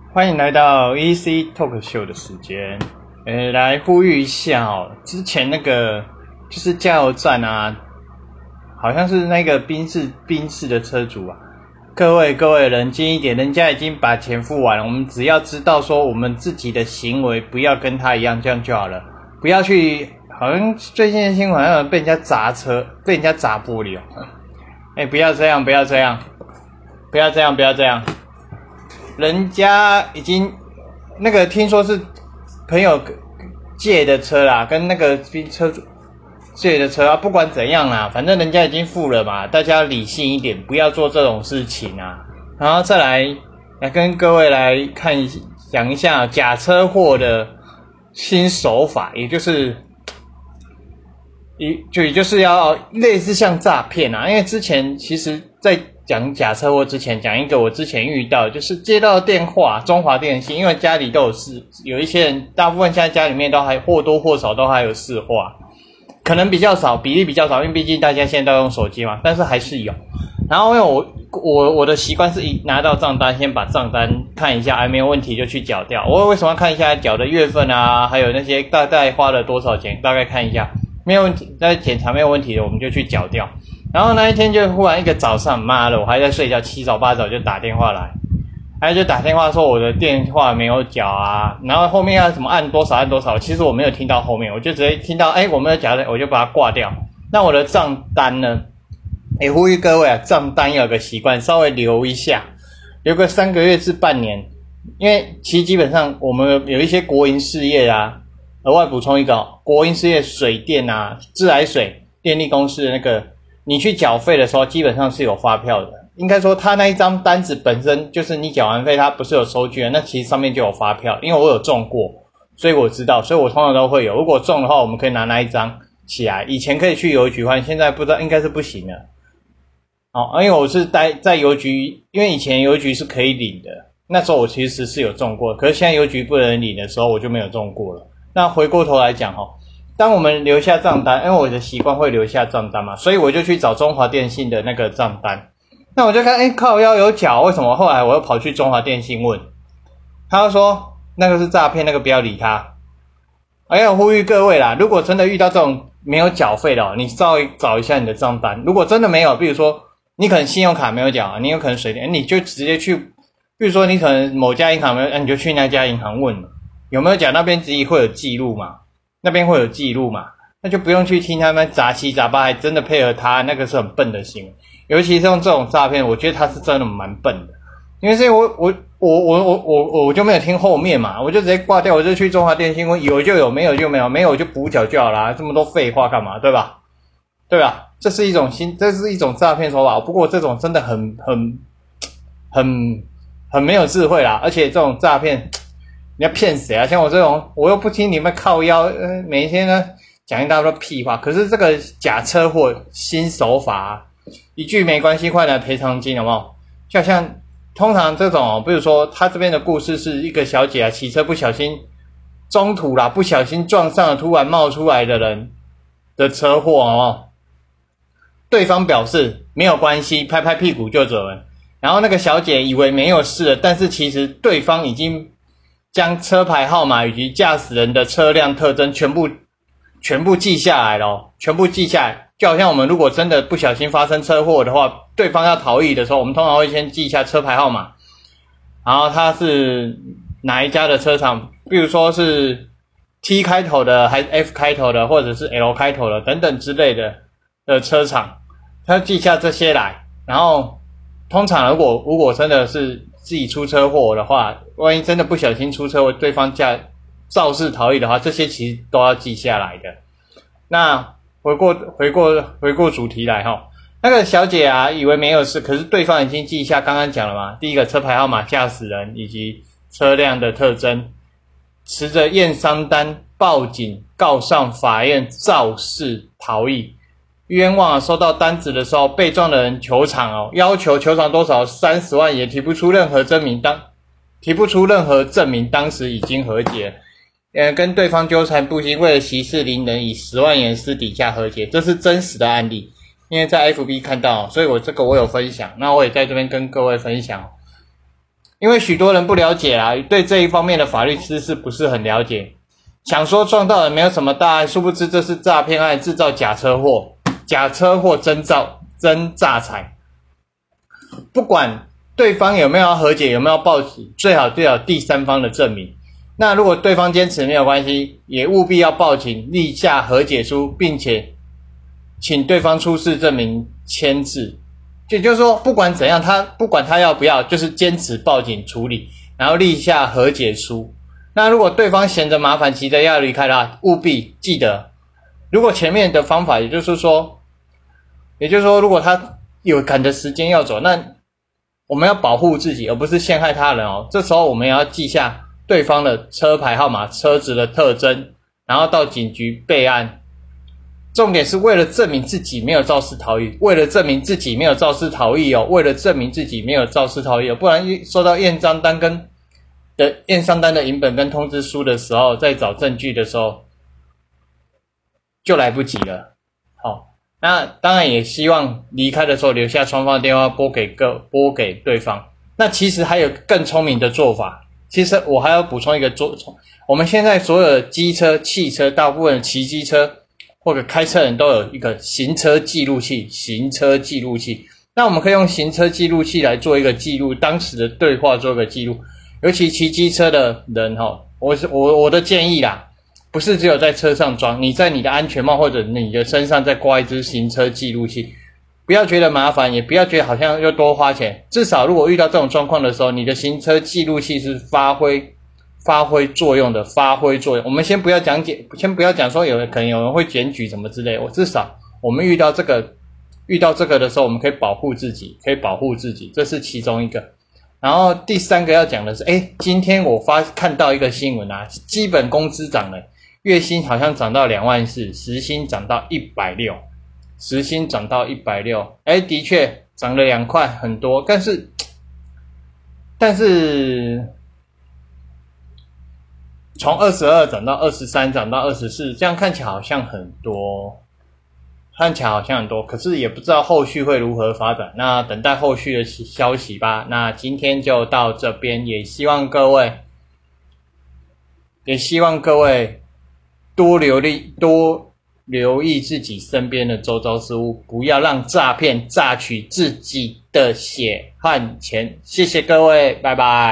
欢迎来到 EC Talk Show 的时间，来呼吁一下哦，之前那个就是加油站啊，好像是那个宾士的车主啊，各位冷静一点，人家已经把钱付完了，我们只要知道说我们自己的行为不要跟他一样，这样就好了，不要去，好像最近的新闻好像被人家砸车，被人家砸玻璃哦，不要这样，人家已经那个听说是朋友借的车啦，跟那个车主借的车啊，不管怎样啦，反正人家已经付了嘛，大家理性一点，不要做这种事情啊。然后再来跟各位来讲一下假车祸的新手法，也就是要类似像诈骗啊，因为之前其实在讲假车祸之前，讲一个我之前遇到，就是接到电话，中华电信，因为家里都有有一些人，大部分现在家里面都还或多或少都还有市话，可能比较少，比例比较少，因为毕竟大家现在都用手机嘛，但是还是有。然后因为我的习惯是一拿到账单，先把账单看一下，没有问题就去缴掉。我为什么要看一下缴的月份啊，还有那些大概花了多少钱，大概看一下，没有问题，再检查没有问题的，我们就去缴掉。然后那一天就忽然一个早上，妈的，我还在睡觉，七早八早就打电话来，就打电话说我的电话没有缴啊，然后后面要什么按多少，其实我没有听到后面，我就直接听到我没有缴的，我就把它挂掉。那我的账单呢？呼吁各位啊，账单要有个习惯，稍微留一下，留个3个月至半年，因为其实基本上我们有一些国营事业啊，额外补充一个国营事业水电啊、自来水、电力公司的那个，你去缴费的时候基本上是有发票的。应该说他那一张单子本身就是你缴完费他不是有收据的，那其实上面就有发票，因为我有中过，所以我知道，所以我通常都会有。如果中的话，我们可以拿那一张起来，以前可以去邮局换，现在不知道应该是不行了。因为我是在邮局，因为以前邮局是可以领的，那时候我其实是有中过，可是现在邮局不能领的时候我就没有中过了。那回过头来讲当我们留下账单，因为我的习惯会留下账单嘛，所以我就去找中华电信的那个账单。那我就看靠腰有缴，为什么后来我又跑去中华电信问，他就说那个是诈骗，那个不要理他。我呼吁各位啦，如果真的遇到这种没有缴费的你稍微找一下你的账单，如果真的没有，比如说你可能信用卡没有缴，你有可能水电，你就直接去，比如说你可能某家银行没有，你就去那家银行问有没有缴，那边自己会有记录嘛，那就不用去听他们杂七杂八，还真的配合他，那个是很笨的行为。尤其是用这种诈骗，我觉得他是真的蛮笨的，因为是我就没有听后面嘛，我就直接挂掉，我就去中华电信问，有就有，没有就没有，没有就补缴就好啦，这么多废话干嘛，对吧？这是一种诈骗手法，不过这种真的很没有智慧啦，而且这种诈骗你要骗谁啊？像我这种，我又不听你们靠腰，每一天呢讲一大堆屁话。可是这个假车祸新手法一句没关系，快来赔偿金，有没有？就像通常这种比如说他这边的故事是一个小姐骑车不小心中途不小心撞上了突然冒出来的人的车祸对方表示没有关系，拍拍屁股就走人。然后那个小姐以为没有事了，但是其实对方已经将车牌号码以及驾驶人的车辆特征全部记下来了全部记下来。就好像我们如果真的不小心发生车祸的话，对方要逃逸的时候，我们通常会先记一下车牌号码，然后他是哪一家的车厂，比如说是 T 开头的还是 F 开头的，或者是 L 开头的等等之类的车厂，他记下这些来。然后通常如果真的是自己出车祸的话，万一真的不小心出车祸，对方肇事逃逸的话，这些其实都要记下来的。那回过主题来那个小姐以为没有事，可是对方已经记下，刚刚讲了嘛，第一个车牌号码、驾驶人以及车辆的特征，持着验伤单报警告上法院肇事逃逸。冤枉收到单子的时候，被撞的人求偿要求求偿多少？30万，也提不出任何证明当时已经和解。跟对方纠缠不清，为了息事宁人，以10万元私底下和解，这是真实的案例，因为在 FB 看到，所以我有分享，那我也在这边跟各位分享。 因为许多人不了解啊，对这一方面的法律知识不是很了解，想说撞到人没有什么大碍，殊不知这是诈骗案，制造假车祸，假车祸真诈财。不管对方有没有要和解，有没有要报警，最好有第三方的证明。那如果对方坚持没有关系，也务必要报警，立下和解书，并且请对方出示证明签字。也就是说，不管怎样，不管他要不要，就是坚持报警处理，然后立下和解书。那如果对方嫌着麻烦，急着要离开啦，务必记得，如果前面的方法，也就是说，如果他有赶的时间要走，那我们要保护自己，而不是陷害他人哦。这时候我们也要记下对方的车牌号码、车子的特征，然后到警局备案。重点是为了证明自己没有肇事逃逸，为了证明自己没有肇事逃逸哦，不然收到验伤单的影本跟通知书的时候，再找证据的时候就来不及了。好，那当然也希望离开的时候留下双方的电话，拨给对方。那其实还有更聪明的做法，其实我还要补充一个我们现在所有的机车、汽车，大部分的骑机车或者开车人都有一个行车记录器。那我们可以用行车记录器来做一个记录，当时的对话做一个记录。尤其骑机车的人我的建议啦，不是只有在车上装，你在你的安全帽或者你的身上再挂一支行车记录器，不要觉得麻烦，也不要觉得好像又多花钱，至少如果遇到这种状况的时候，你的行车记录器是发挥作用的。我们先不要讲说可能有人会检举什么之类，至少我们遇到这个的时候，我们可以保护自己，这是其中一个。然后第三个要讲的是，今天我看到一个新闻啊，基本工资涨了，月薪好像涨到24000，时薪涨到160，的确涨了2块，很多，但是从22涨到23，涨到24，这样看起来好像很多，可是也不知道后续会如何发展，那等待后续的消息吧。那今天就到这边，也希望各位多留意自己身边的周遭事物，不要让诈骗榨取自己的血和钱。谢谢各位，拜拜。